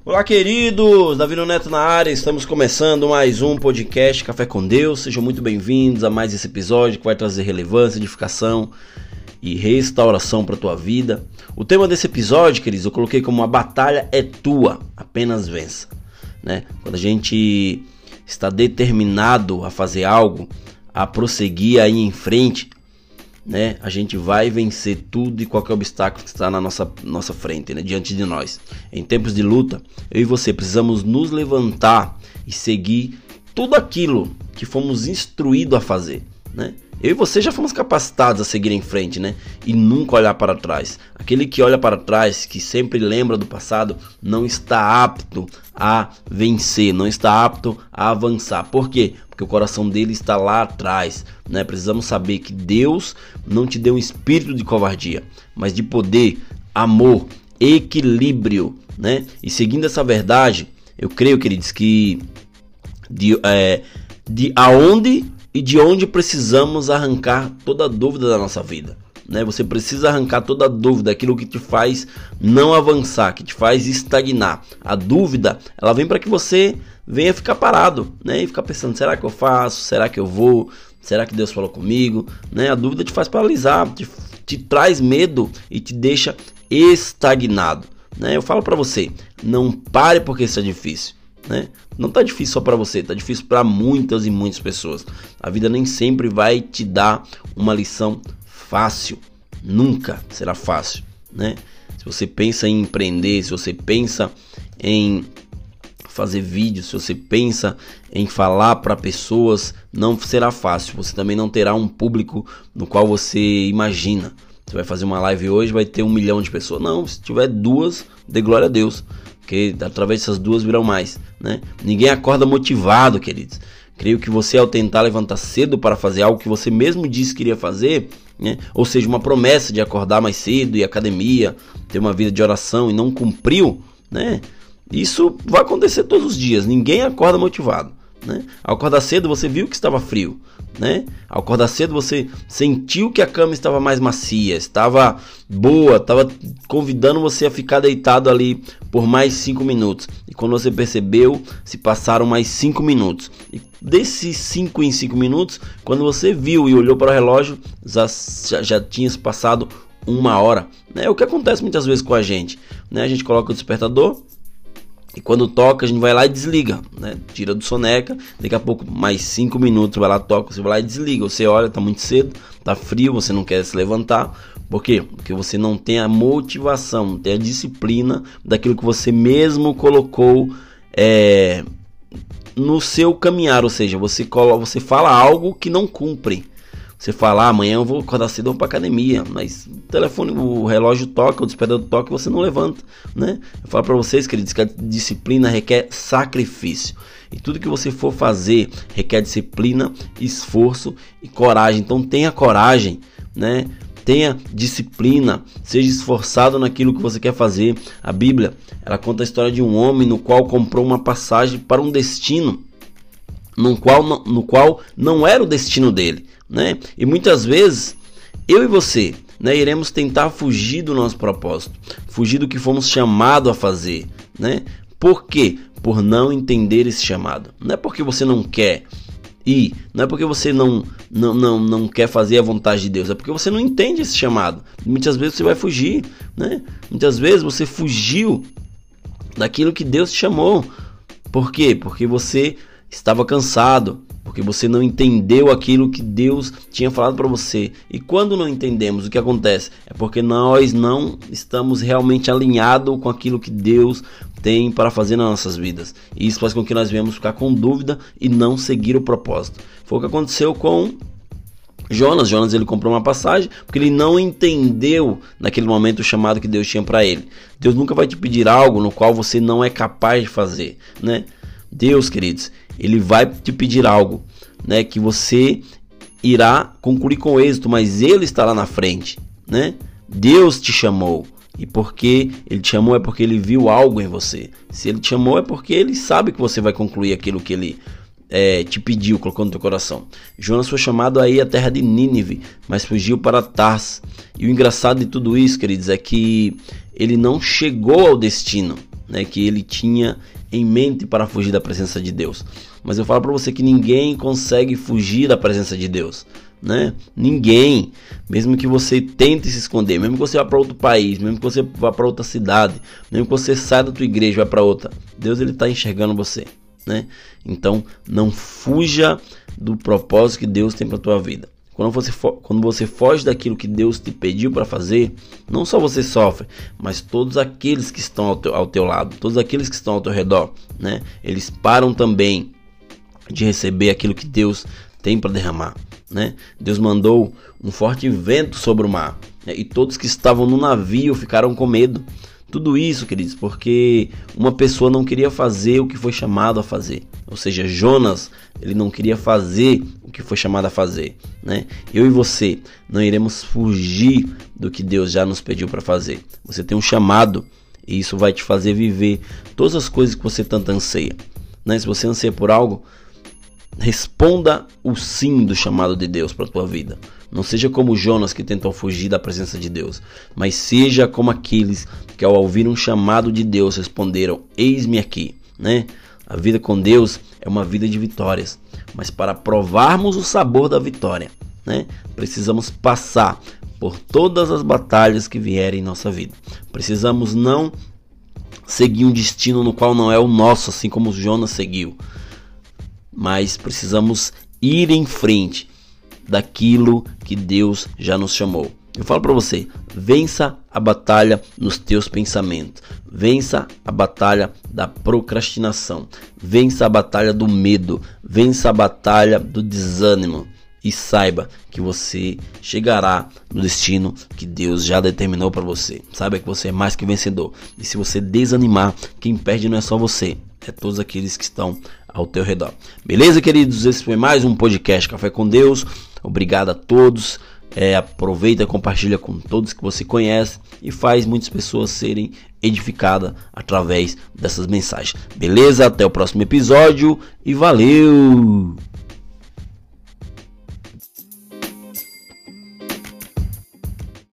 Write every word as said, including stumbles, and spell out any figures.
Olá, queridos, Davi Neto na área, estamos começando mais um podcast Café com Deus. Sejam muito bem-vindos a mais esse episódio que vai trazer relevância, edificação e restauração para a tua vida. O tema desse episódio, queridos, eu coloquei como: a batalha é tua, apenas vença, né? Quando a gente está determinado a fazer algo, a prosseguir aí em frente, né, a gente vai vencer tudo e qualquer obstáculo que está na nossa, nossa frente, né, diante de nós. Em tempos de luta, eu e você precisamos nos levantar e seguir tudo aquilo que fomos instruídos a fazer, né? Eu e você já fomos capacitados a seguir em frente, né? E nunca olhar para trás. Aquele que olha para trás, que sempre lembra do passado, não está apto a vencer, não está apto a avançar. Por quê? Porque o coração dele está lá atrás, né? Precisamos saber que Deus não te deu um espírito de covardia, mas de poder, amor, equilíbrio, né? E seguindo essa verdade, eu creio, queridos, que de, é, de aonde e de onde precisamos arrancar toda a dúvida da nossa vida, né? Você precisa arrancar toda a dúvida, aquilo que te faz não avançar, que te faz estagnar. A dúvida, ela vem para que você venha ficar parado, né? E ficar pensando: será que eu faço? Será que eu vou? Será que Deus falou comigo? Né? A dúvida te faz paralisar, te, te traz medo e te deixa estagnado, né? Eu falo para você, não pare porque isso é difícil, né? Não tá difícil só para você, tá difícil para muitas e muitas pessoas. A vida nem sempre vai te dar uma lição fácil, nunca será fácil, né? Se você pensa em empreender, se você pensa em fazer vídeos, se você pensa em falar para pessoas, não será fácil. Você também não terá um público no qual você imagina. Você vai fazer uma live hoje, vai ter um milhão de pessoas. Não, se tiver duas, dê glória a Deus, porque através dessas duas virão mais, né? Ninguém acorda motivado, queridos. Creio que você, ao tentar levantar cedo para fazer algo que você mesmo disse que iria fazer, né? Ou seja, uma promessa de acordar mais cedo, ir à academia, ter uma vida de oração e não cumpriu, né? Isso vai acontecer todos os dias. Ninguém acorda motivado, né? Ao acordar cedo você viu que estava frio, né? Ao acordar cedo você sentiu que a cama estava mais macia, estava boa, estava convidando você a ficar deitado ali por mais cinco minutos. E quando você percebeu, se passaram mais cinco minutos. E desses cinco em cinco minutos, quando você viu e olhou para o relógio, já, já, já tinha se passado uma hora, né? É o que acontece muitas vezes com a gente, né? A gente coloca o despertador e quando toca, a gente vai lá e desliga, né? Tira do soneca, daqui a pouco mais cinco minutos, vai lá, toca, você vai lá e desliga. Você olha, tá muito cedo, tá frio, você não quer se levantar. Por quê? Porque você não tem a motivação, não tem a disciplina daquilo que você mesmo colocou é, no seu caminhar. Ou seja, você, coloca, você fala algo que não cumpre. Você fala: ah, amanhã eu vou acordar cedo, eu vou pra academia, mas o telefone, o relógio toca, o despertador toca e você não levanta, né? Eu falo pra vocês, queridos, que a disciplina requer sacrifício. E tudo que você for fazer requer disciplina, esforço e coragem. Então tenha coragem, né? Tenha disciplina, seja esforçado naquilo que você quer fazer. A Bíblia, ela conta a história de um homem no qual comprou uma passagem para um destino no qual, no, no qual não era o destino dele, né? E muitas vezes eu e você, né, iremos tentar fugir do nosso propósito, fugir do que fomos chamados a fazer, né? Por quê? Por não entender esse chamado. Não é porque você não quer ir, não é porque você não, não, não, não quer fazer a vontade de Deus, é porque você não entende esse chamado. Muitas vezes você vai fugir, né? Muitas vezes você fugiu daquilo que Deus te chamou. Por quê? Porque você estava cansado, porque você não entendeu aquilo que Deus tinha falado para você. E quando não entendemos, o que acontece? É porque nós não estamos realmente alinhados com aquilo que Deus tem para fazer nas nossas vidas. E isso faz com que nós venhamos ficar com dúvida e não seguir o propósito. Foi o que aconteceu com Jonas. Jonas, ele comprou uma passagem porque ele não entendeu naquele momento o chamado que Deus tinha para ele. Deus nunca vai te pedir algo no qual você não é capaz de fazer, né? Deus, queridos, ele vai te pedir algo, né, que você irá concluir com êxito, mas ele está lá na frente, né? Deus te chamou, e porque ele te chamou é porque ele viu algo em você. Se ele te chamou é porque ele sabe que você vai concluir aquilo que ele é, te pediu, colocou no teu coração. Jonas foi chamado aí à terra de Nínive, mas fugiu para Tars. E o engraçado de tudo isso, queridos, é que ele não chegou ao destino, né, que ele tinha em mente para fugir da presença de Deus. Mas eu falo para você que ninguém consegue fugir da presença de Deus, né? Ninguém, mesmo que você tente se esconder, mesmo que você vá para outro país, mesmo que você vá para outra cidade, mesmo que você saia da tua igreja e vá para outra, Deus ele está enxergando você, né? Então não fuja do propósito que Deus tem para tua vida. Quando você, quando você foge daquilo que Deus te pediu para fazer, não só você sofre, mas todos aqueles que estão ao teu, ao teu lado, todos aqueles que estão ao teu redor, né? Eles param também de receber aquilo que Deus tem para derramar, né? Deus mandou um forte vento sobre o mar, né? E todos que estavam no navio ficaram com medo. Tudo isso, queridos, porque uma pessoa não queria fazer o que foi chamado a fazer. Ou seja, Jonas, ele não queria fazer o que foi chamado a fazer, né? Eu e você não iremos fugir do que Deus já nos pediu para fazer. Você tem um chamado e isso vai te fazer viver todas as coisas que você tanto anseia, né? Se você anseia por algo, responda o sim do chamado de Deus para a tua vida. Não seja como Jonas que tentou fugir da presença de Deus, mas seja como aqueles que ao ouvir um chamado de Deus responderam: eis-me aqui, né? A vida com Deus é uma vida de vitórias, mas para provarmos o sabor da vitória, né, precisamos passar por todas as batalhas que vierem em nossa vida. Precisamos não seguir um destino no qual não é o nosso, assim como Jonas seguiu, mas precisamos ir em frente daquilo que Deus já nos chamou. Eu falo para você, vença a batalha nos teus pensamentos, vença a batalha da procrastinação, vença a batalha do medo, vença a batalha do desânimo e saiba que você chegará no destino que Deus já determinou para você. Saiba que você é mais que vencedor, e se você desanimar, quem perde não é só você, é todos aqueles que estão ao teu redor. Beleza, queridos? Esse foi mais um podcast Café com Deus. Obrigado a todos. É, aproveita e compartilha com todos que você conhece e faz muitas pessoas serem edificadas através dessas mensagens. Beleza? Até o próximo episódio e valeu!